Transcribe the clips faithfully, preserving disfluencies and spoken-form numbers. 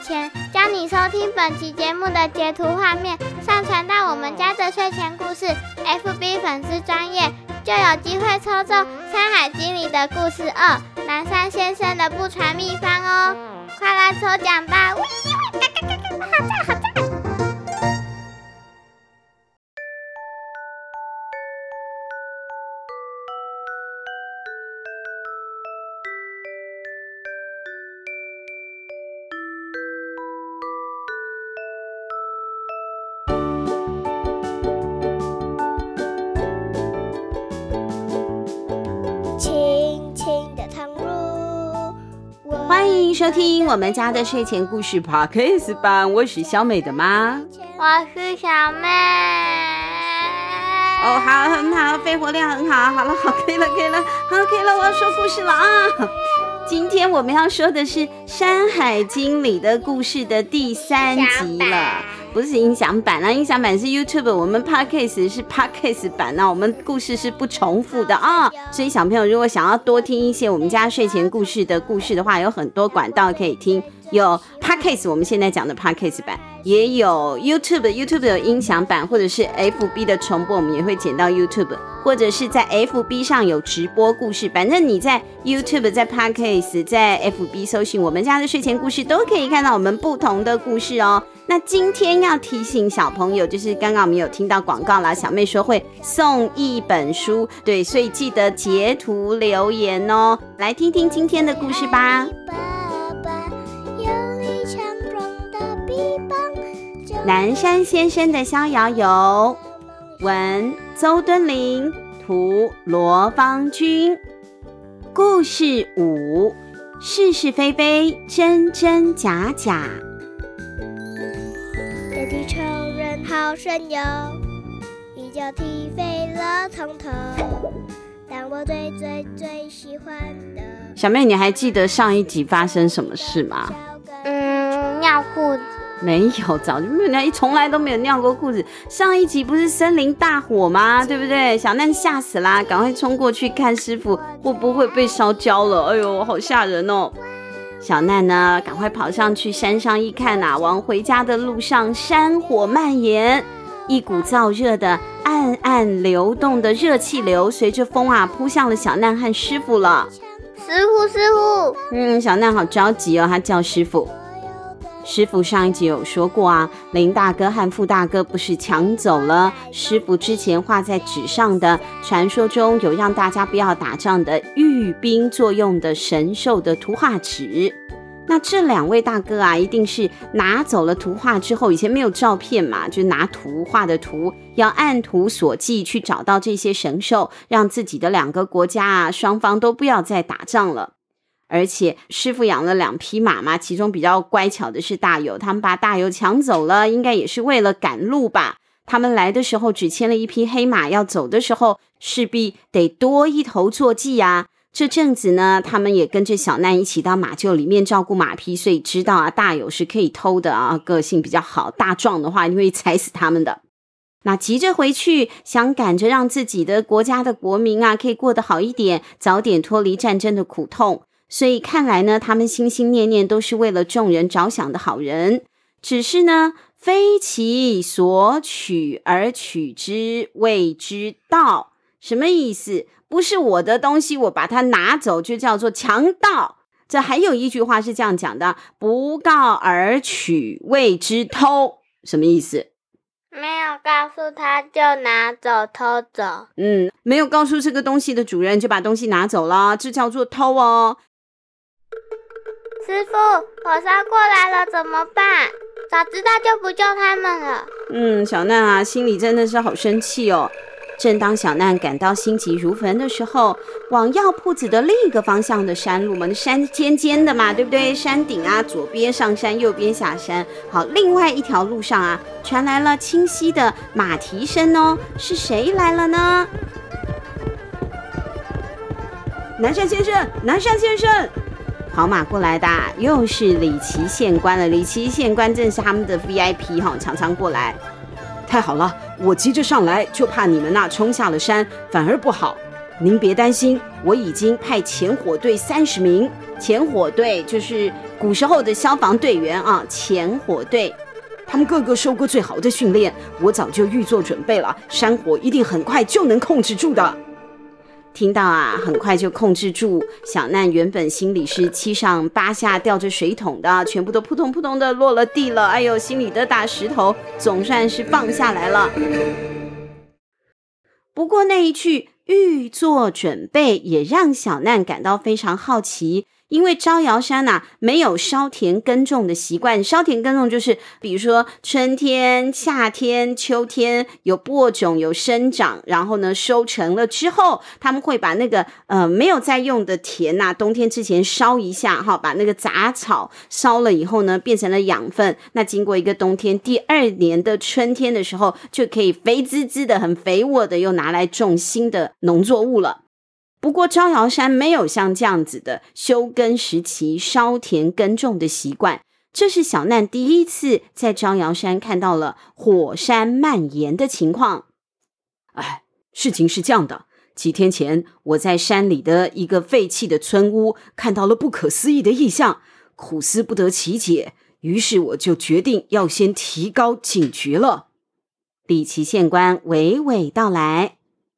前，将你收听本期节目的截图画面上传到我们家的睡前故事 F B 粉丝专页，就有机会抽中《山海经》里的故事二南山先生的不传秘方哦！快来抽奖吧！好赞好赞！轻轻的躺入， 欢迎收听我们家的睡前故事 Podcast 版，我是小美的妈， 我是小妹。 哦，好，很好，肺活量很好，好了，好，可以了，可以了，好，可以了，我要说故事了啊！今天我们要说的是《山海经》里的故事的第三集了，不是音响版啊，音响版是 YouTube， 我们 Podcast 是 Podcast 版啊，我们故事是不重复的啊，所以小朋友如果想要多听一些我们家睡前故事的故事的话，有很多管道可以听，有 Podcast 我们现在讲的 Podcast 版，也有 YouTube， YouTube 有音响版，或者是 F B 的重播，我们也会剪到 YouTube， 或者是在 F B 上有直播故事，反正你在 YouTube 在 Podcast 在 F B 搜寻我们家的睡前故事都可以看到我们不同的故事哦。那今天要提醒小朋友，就是刚刚我们有听到广告啦，小妹说会送一本书，对，所以记得截图留言哦。来听听今天的故事吧。南山先生的逍遥游，文邹敦麟，图罗芳君。故事五：是是非非，真真假假。 这地球人好神游，一脚踢飞了从头。但我最最最喜欢的， 小妹，你还记得上一集发生什么事吗？ 嗯，尿裤子。 没有，早就没有尿，从来都没有尿过裤子。上一集不是森林大火吗？对不对？小难吓死啦，赶快冲过去看师傅会不会被烧焦了。哎呦，好吓人哦！小难呢，赶快跑上去山上一看啊，往回家的路上山火蔓延，一股燥热的暗暗流动的热气流随着风啊扑向了小难和师傅了。 师傅师傅， 嗯，小难好着急哦，他叫师傅。师傅上一集有说过啊，林大哥和傅大哥不是抢走了师傅之前画在纸上的传说中有让大家不要打仗的御兵作用的神兽的图画纸。那这两位大哥啊，一定是拿走了图画之后，以前没有照片嘛，就拿图画的图，要按图索骥去找到这些神兽，让自己的两个国家啊，双方都不要再打仗了。而且师傅养了两匹马嘛，其中比较乖巧的是大友，他们把大友抢走了，应该也是为了赶路吧。他们来的时候只牵了一匹黑马，要走的时候势必得多一头坐骑啊。这阵子呢，他们也跟着小难一起到马厩里面照顾马匹，所以知道啊，大友是可以偷的啊，个性比较好，大壮的话一定会踩死他们的。那急着回去，想赶着让自己的国家的国民啊可以过得好一点，早点脱离战争的苦痛。所以看来呢，他们心心念念都是为了众人着想的好人，只是呢，非其所取而取之谓之盗。什么意思？不是我的东西，我把它拿走就叫做强盗。这还有一句话是这样讲的，不告而取谓之偷。什么意思？ 没有告诉他就拿走偷走。 嗯，没有告诉这个东西的主人就把东西拿走了，这叫做偷哦。 师傅，火烧过来了怎么办？早知道就不救他们了。嗯， 小难啊，心里真的是好生气哦。正当小难感到心急如焚的时候，往药铺子的另一个方向的山路嘛，山尖尖的嘛，对不对？山顶啊，左边上山，右边下山。好，另外一条路上啊，传来了清晰的马蹄声哦。是谁来了呢？南山先生，南山先生！跑马过来的又是李琦县官了。李琦县官正是他们的 V I P 哈，常常过来。太好了，我急着上来，就怕你们呐、啊、冲下了山，反而不好。 您别担心，我已经派前火队三十名，前火队就是古时候的消防队员啊，前火队，他们个个受过最好的训练，我早就预做准备了，山火一定很快就能控制住的。听到啊，很快就控制住，小难原本心里是七上八下吊着水桶的，全部都扑通扑通的落了地了，哎呦，心里的大石头总算是放下来了。不过那一句预做准备也让小难感到非常好奇，因为招摇山啊没有烧田耕种的习惯，烧田耕种就是比如说春天、夏天、秋天有播种有生长，然后呢收成了之后，他们会把那个呃没有在用的田啊，冬天之前烧一下哈，把那个杂草烧了以后呢变成了养分，那经过一个冬天，第二年的春天的时候就可以肥滋滋的很肥沃的又拿来种新的农作物了。不过招摇山没有像这样子的休耕时期烧田耕种的习惯，这是小难第一次在招摇山看到了火山蔓延的情况。哎，事情是这样的，几天前我在山里的一个废弃的村屋看到了不可思议的异象，苦思不得其解，于是我就决定要先提高警觉了。李琦县官娓娓道来。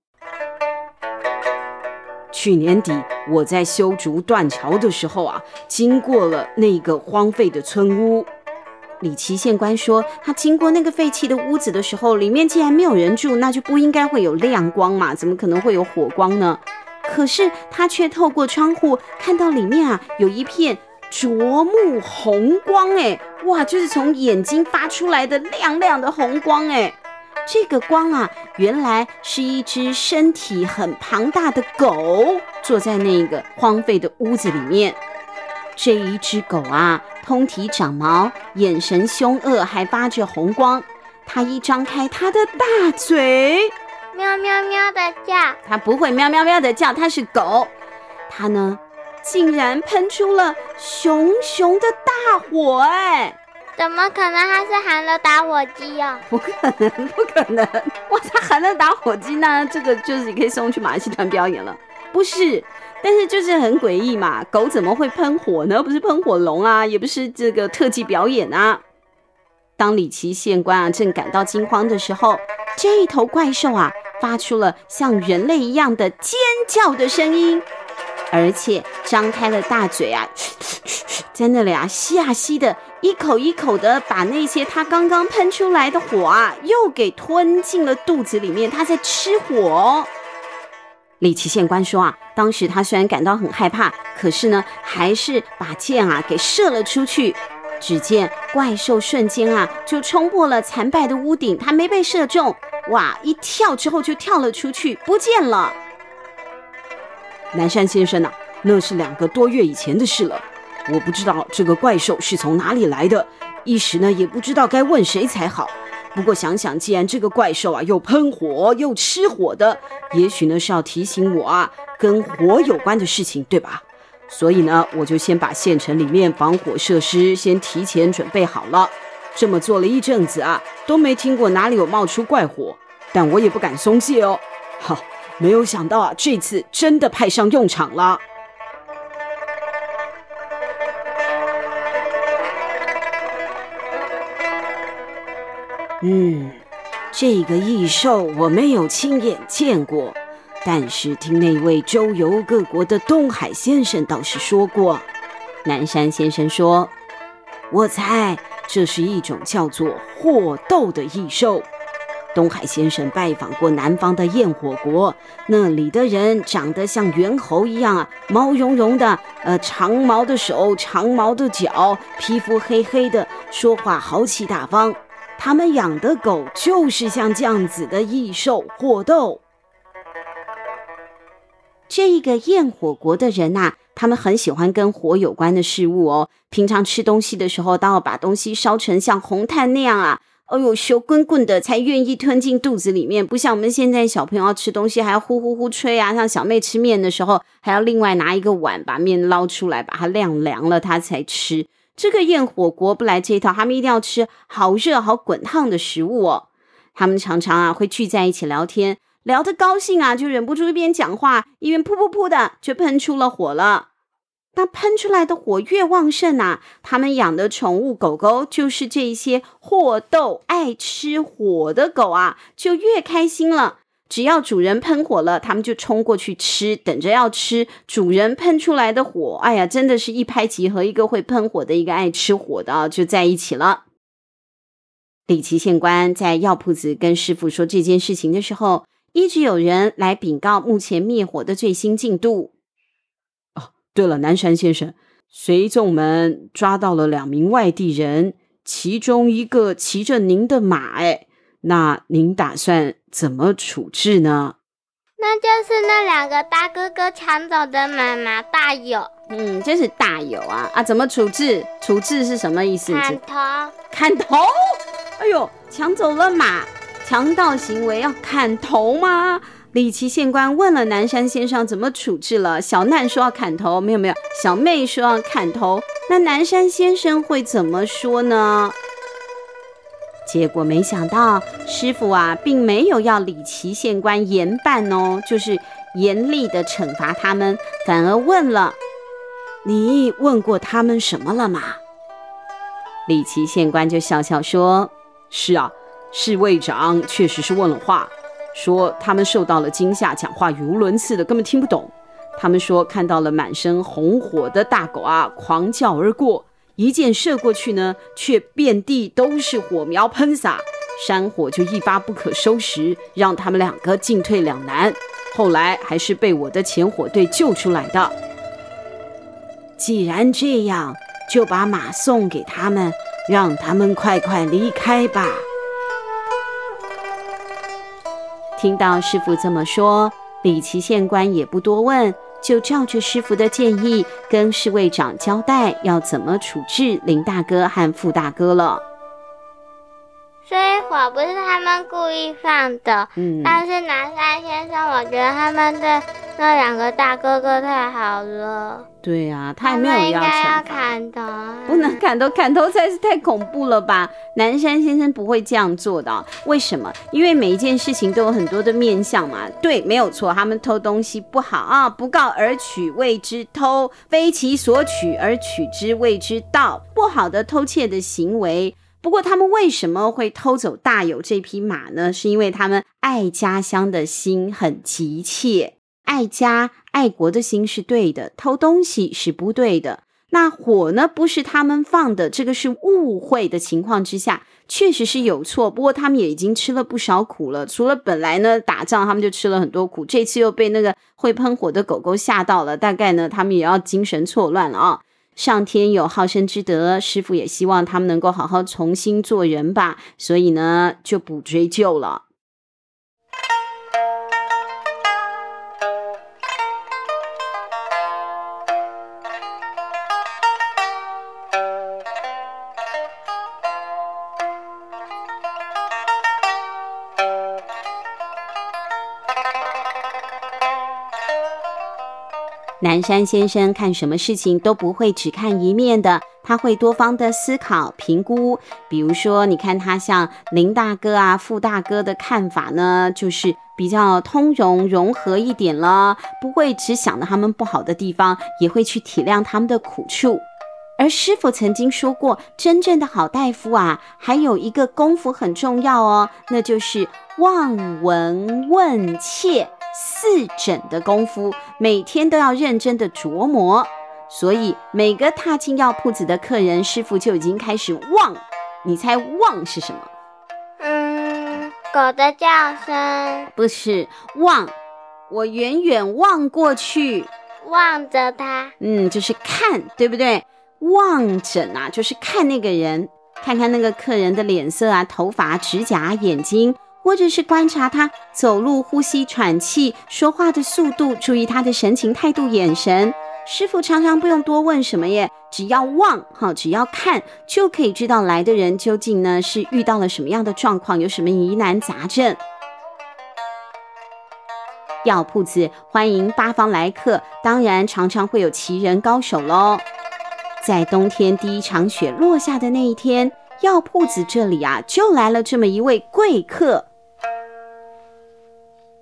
去年底我在修筑断桥的时候啊，经过了那个荒废的村屋。李琦县官说，他经过那个废弃的屋子的时候，里面既然没有人住，那就不应该会有亮光嘛，怎么可能会有火光呢？可是他却透过窗户看到里面啊有一片灼目红光，哎，哇，就是从眼睛发出来的亮亮的红光，哎。这个光啊，原来是一只身体很庞大的狗坐在那个荒废的屋子里面。这一只狗啊，通体长毛，眼神凶恶，还发着红光。它一张开它的大嘴， 喵喵喵的叫。 它不会喵喵喵的叫，它是狗。它呢，竟然喷出了熊熊的大火，哎。 怎么可能他是含了打火机哦？ 不可能，不可能！哇，他含了打火机，那这个就是可以送去马戏团表演了。不是，但是就是很诡异嘛，狗怎么会喷火呢？不是喷火龙啊，也不是这个特技表演啊。当李琦县官啊正感到惊慌的时候，这一头怪兽啊发出了像人类一样的尖叫的声音，而且张开了大嘴啊，在那里啊吸啊吸的，一口一口的把那些他刚刚喷出来的火啊又给吞进了肚子里面，他在吃火。李琦县官说啊，当时他虽然感到很害怕，可是呢还是把箭啊给射了出去。只见怪兽瞬间啊就冲破了残败的屋顶，他没被射中，哇，一跳之后就跳了出去，不见了。南山先生啊，那是两个多月以前的事了，我不知道这个怪兽是从哪里来的，一时呢也不知道该问谁才好。不过想想，既然这个怪兽啊又喷火又吃火的，也许呢是要提醒我啊跟火有关的事情，对吧？所以呢，我就先把县城里面防火设施先提前准备好了。这么做了一阵子啊，都没听过哪里有冒出怪火，但我也不敢松懈哦。好，没有想到啊，这次真的派上用场了。嗯，这个异兽我没有亲眼见过，但是听那位周游各国的东海先生倒是说过。南山先生说，我猜这是一种叫做火斗的异兽。东海先生拜访过南方的焰火国，那里的人长得像猿猴一样啊，毛茸茸的，呃，长毛的手，长毛的脚，皮肤黑黑的，说话豪气大方。他们养的狗就是像这样子的异兽火斗。这个焰火国的人啊，他们很喜欢跟火有关的事物哦。平常吃东西的时候，都要把东西烧成像红炭那样啊，哦呦，咻滚滚的才愿意吞进肚子里面。不像我们现在小朋友要吃东西还要呼呼呼吹啊，像小妹吃面的时候，还要另外拿一个碗把面捞出来，把它晾凉了它才吃。这个焰火国不来这一套，他们一定要吃好热好滚烫的食物哦。他们常常啊会聚在一起聊天， 聊得高兴啊，就忍不住一边讲话一边噗噗噗的就喷出了火了。那喷出来的火越旺盛啊，他们养的宠物狗狗，就是这些火斗爱吃火的狗啊，就越开心了。只要主人喷火了，他们就冲过去吃，等着要吃主人喷出来的火。哎呀，真的是一拍即合，一个会喷火的，一个爱吃火的啊，就在一起了。李琦县官在药铺子跟师傅说这件事情的时候，一直有人来禀告目前灭火的最新进度。哦，对了，南山先生，随从们抓到了两名外地人，其中一个骑着您的马，哎，那您打算怎么处置呢？ 那就是那两个大哥哥抢走的马马大友。 嗯，真是大友啊！啊，怎么处置？处置是什么意思？ 砍头。 砍头？哎呦，抢走了马，强盗行为要砍头吗？李琦县官问了南山先生怎么处置了，小难说要砍头，没有没有，小妹说要砍头，那南山先生会怎么说呢？结果没想到师傅啊并没有要李琦县官严办哦，就是严厉的惩罚他们，反而问了，你问过他们什么了吗？李琦县官就笑笑说，是啊，侍卫长确实是问了话，说他们受到了惊吓，讲话语无伦次的，根本听不懂。他们说看到了满身红火的大狗啊狂叫而过，一箭射过去呢，却遍地都是火苗喷洒，山火就一发不可收拾，让他们两个进退两难，后来还是被我的前火队救出来的。既然这样，就把马送给他们，让他们快快离开吧。听到师傅这么说，李琦县官也不多问，就照着师傅的建议跟侍卫长交代要怎么处置林大哥和傅大哥了。 所以火不是他们故意放的，嗯，但是南山先生我觉得他们对那两个大哥哥太好了。 对啊，他也没有要惩罚，他们应该要砍头， 不能砍头，砍头实在是太恐怖了吧。南山先生不会这样做的，为什么？因为每一件事情都有很多的面向嘛。对，没有错，他们偷东西不好啊，不告而取谓之偷，非其所取而取之谓之盗，不好的偷窃的行为。不过他们为什么会偷走大友这匹马呢？是因为他们爱家乡的心很急切，爱家爱国的心是对的，偷东西是不对的。那火呢不是他们放的，这个是误会的情况之下，确实是有错，不过他们也已经吃了不少苦了。除了本来呢打仗他们就吃了很多苦，这次又被那个会喷火的狗狗吓到了，大概呢他们也要精神错乱了啊。上天有好生之德，师父也希望他们能够好好重新做人吧，所以呢就不追究了。南山先生看什么事情都不会只看一面的，他会多方的思考评估。比如说你看他像林大哥啊傅大哥的看法呢，就是比较通融融合一点了，不会只想到他们不好的地方，也会去体谅他们的苦处。而师父曾经说过，真正的好大夫啊还有一个功夫很重要哦，那就是望闻问切四诊的功夫，每天都要认真的琢磨。所以每个踏进药铺子的客人，师父就已经开始望。你猜望是什么？ 嗯，狗的叫声。 不是，望，我远远望过去， 望着他， 嗯，就是看，对不对？望诊啊，就是看那个人，看看那个客人的脸色啊、头发、指甲、眼睛，或者是观察他走路、呼吸、喘气、说话的速度，注意他的神情、态度、眼神。师父常常不用多问什么耶，只要望，只要看，就可以知道来的人究竟呢是遇到了什么样的状况，有什么疑难杂症。药铺子欢迎八方来客，当然常常会有奇人高手咯。在冬天第一场雪落下的那一天，药铺子这里啊就来了这么一位贵客。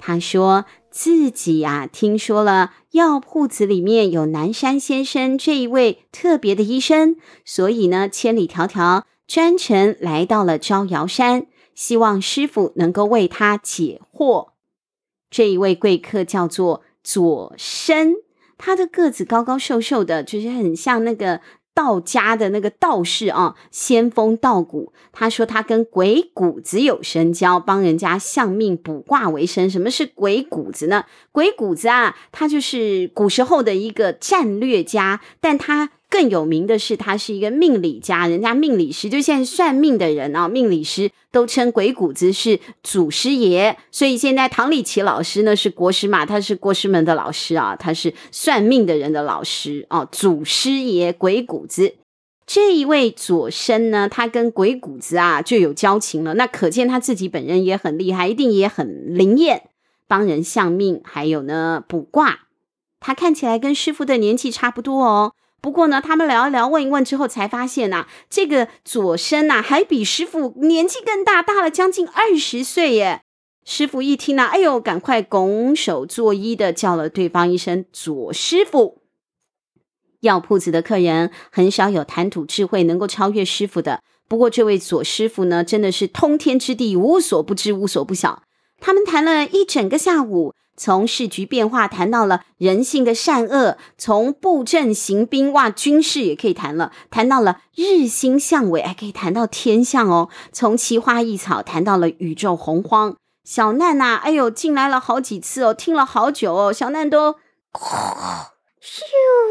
他说自己啊听说了药铺子里面有南山先生这一位特别的医生，所以呢千里迢迢专程来到了招摇山，希望师父能够为他解惑。这一位贵客叫做左生，他的个子高高瘦瘦的，就是很像那个道家的那个道士啊，仙风道骨。他说他跟鬼谷子有深交，帮人家相命卜卦为生。什么是鬼谷子呢？鬼谷子啊，他就是古时候的一个战略家，但他更有名的是他是一个命理家，人家命理师就现在算命的人啊，命理师都称鬼谷子是祖师爷，所以现在唐立奇老师呢是国师嘛，他是国师门的老师啊，他是算命的人的老师啊，祖师爷鬼谷子。这一位左生呢，他跟鬼谷子啊就有交情了，那可见他自己本人也很厉害，一定也很灵验，帮人相命，还有呢卜卦。他看起来跟师父的年纪差不多哦，不过呢他们聊一聊问一问之后才发现啊，这个左生啊还比师父年纪更大，大了将近二十岁耶。师父一听啊，哎呦赶快拱手作揖的叫了对方一声左师父。药铺子的客人很少有谈吐智慧能够超越师父的，不过这位左师父呢真的是通天之地，无所不知无所不晓。他们谈了一整个下午，从市局变化谈到了人性的善恶，从布阵行兵，哇，军事也可以谈了，谈到了日星相位，还可以谈到天象哦，从奇花异草谈到了宇宙洪荒。小难啊，哎呦进来了好几次哦，听了好久哦，小难都咻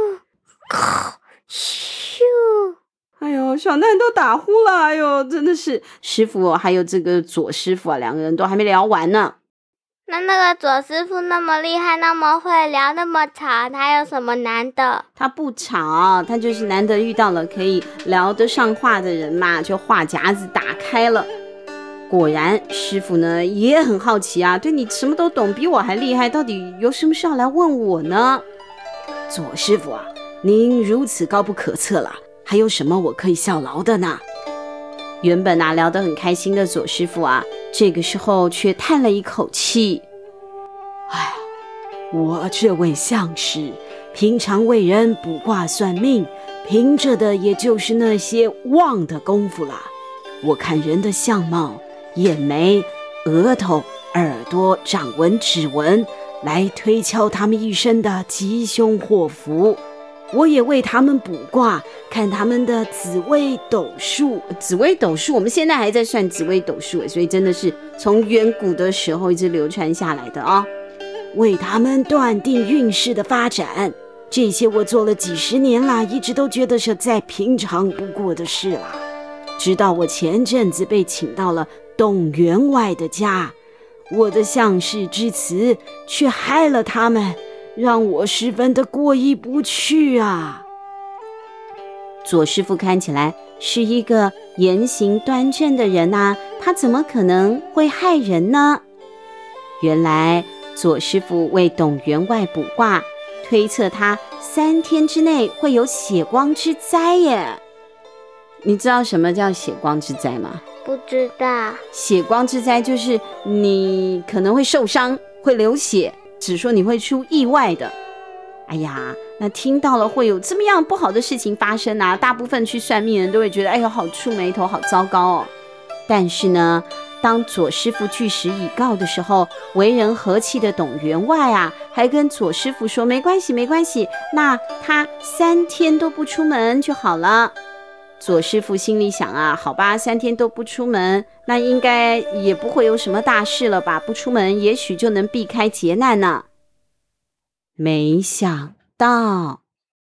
咻， 哎呦小难都打呼了，哎呦真的是师父还有这个左师父啊，两个人都还没聊完呢。 那那个左师父那么厉害，那么会聊，那么吵，他有什么难的？ 他不吵，他就是难得遇到了可以聊得上话的人嘛，就话匣子打开了。果然师父呢也很好奇啊，对你什么都懂，比我还厉害，到底有什么事要来问我呢？左师父啊，您如此高不可测了，还有什么我可以效劳的呢？原本啊聊得很开心的左师父啊，这个时候却叹了一口气，哎呀，我这位相士平常为人卜卦算命，凭着的也就是那些望的功夫啦。我看人的相貌，眼眉、额头、耳朵、掌纹、指纹，来推敲他们一生的吉凶祸福。我也为他们卜卦，看他们的紫微斗数。紫微斗数我们现在还在算紫微斗数，所以真的是从远古的时候一直流传下来的啊、哦。为他们断定运势的发展，这些我做了几十年啦，一直都觉得是再平常不过的事啦。直到我前阵子被请到了董员外的家，我的相士之词却害了他们，让我十分的过意不去啊。左师父看起来是一个言行端正的人啊，他怎么可能会害人呢？原来左师父为董员外卜卦，推测他三天之内会有血光之灾耶。你知道什么叫血光之灾吗？ 不知道。 血光之灾就是你可能会受伤，会流血，只说你会出意外的。哎呀，那听到了会有这么样不好的事情发生啊，大部分去算命人都会觉得哎呦好触眉头，好糟糕哦。但是呢，当左师父据实以告的时候，为人和气的董员外啊，还跟左师父说没关系没关系，那他三天都不出门就好了。左师父心里想啊，好吧，三天都不出门，那应该也不会有什么大事了吧，不出门也许就能避开劫难呢。没想到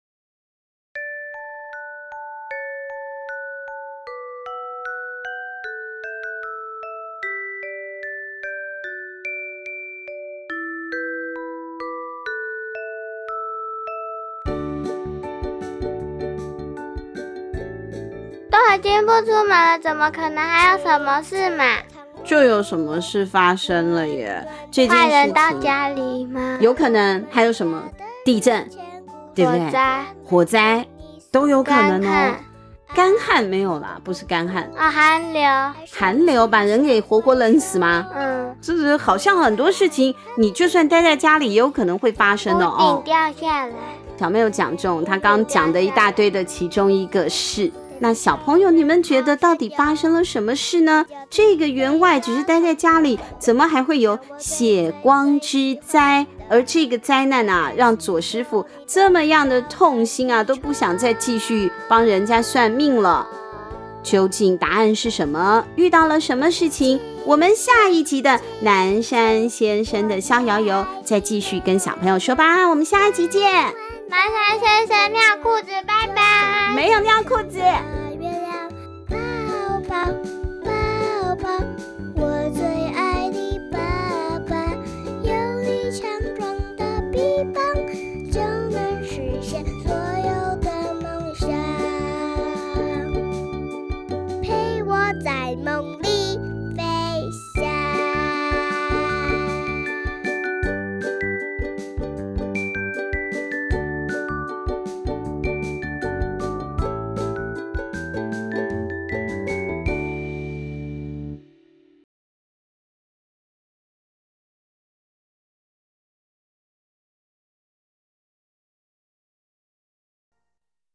都已经不出门了，怎么可能还有什么事嘛？ 就有什么事发生了耶？这件事情坏人到家里吗？ 有可能，还有什么地震，对不对？ 火灾， 火灾都有可能哦。 干旱没有啦，不是干旱啊、哦，寒流， 寒流把人给活活冷死吗？ 嗯， 就是好像很多事情，你就算待在家里，也有可能会发生的哦。 屋顶掉下来。 小妹有讲中，他刚刚讲的一大堆的其中一个事。那小朋友，你们觉得到底发生了什么事呢？这个员外只是待在家里，怎么还会有血光之灾？而这个灾难啊，让左师傅这么样的痛心啊，都不想再继续帮人家算命了。究竟答案是什么？遇到了什么事情？我们下一集的南山先生的逍遥游再继续跟小朋友说吧。我们下一集见。 南山先生尿裤子，拜拜。 没有尿裤子。 月亮宝宝。